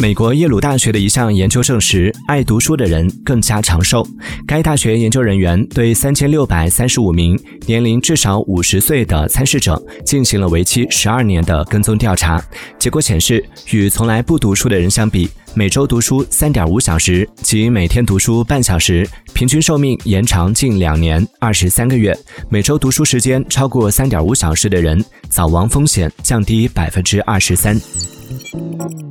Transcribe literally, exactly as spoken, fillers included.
美国耶鲁大学的一项研究证实，爱读书的人更加长寿。该大学研究人员对三千六百三十五名年龄至少五十岁的参试者进行了为期十二年的跟踪调查，结果显示，与从来不读书的人相比，每周读书 三点五小时及每天读书半小时，平均寿命延长近两年二十三个月。每周读书时间超过 三点五小时的人，早亡风险降低 百分之二十三。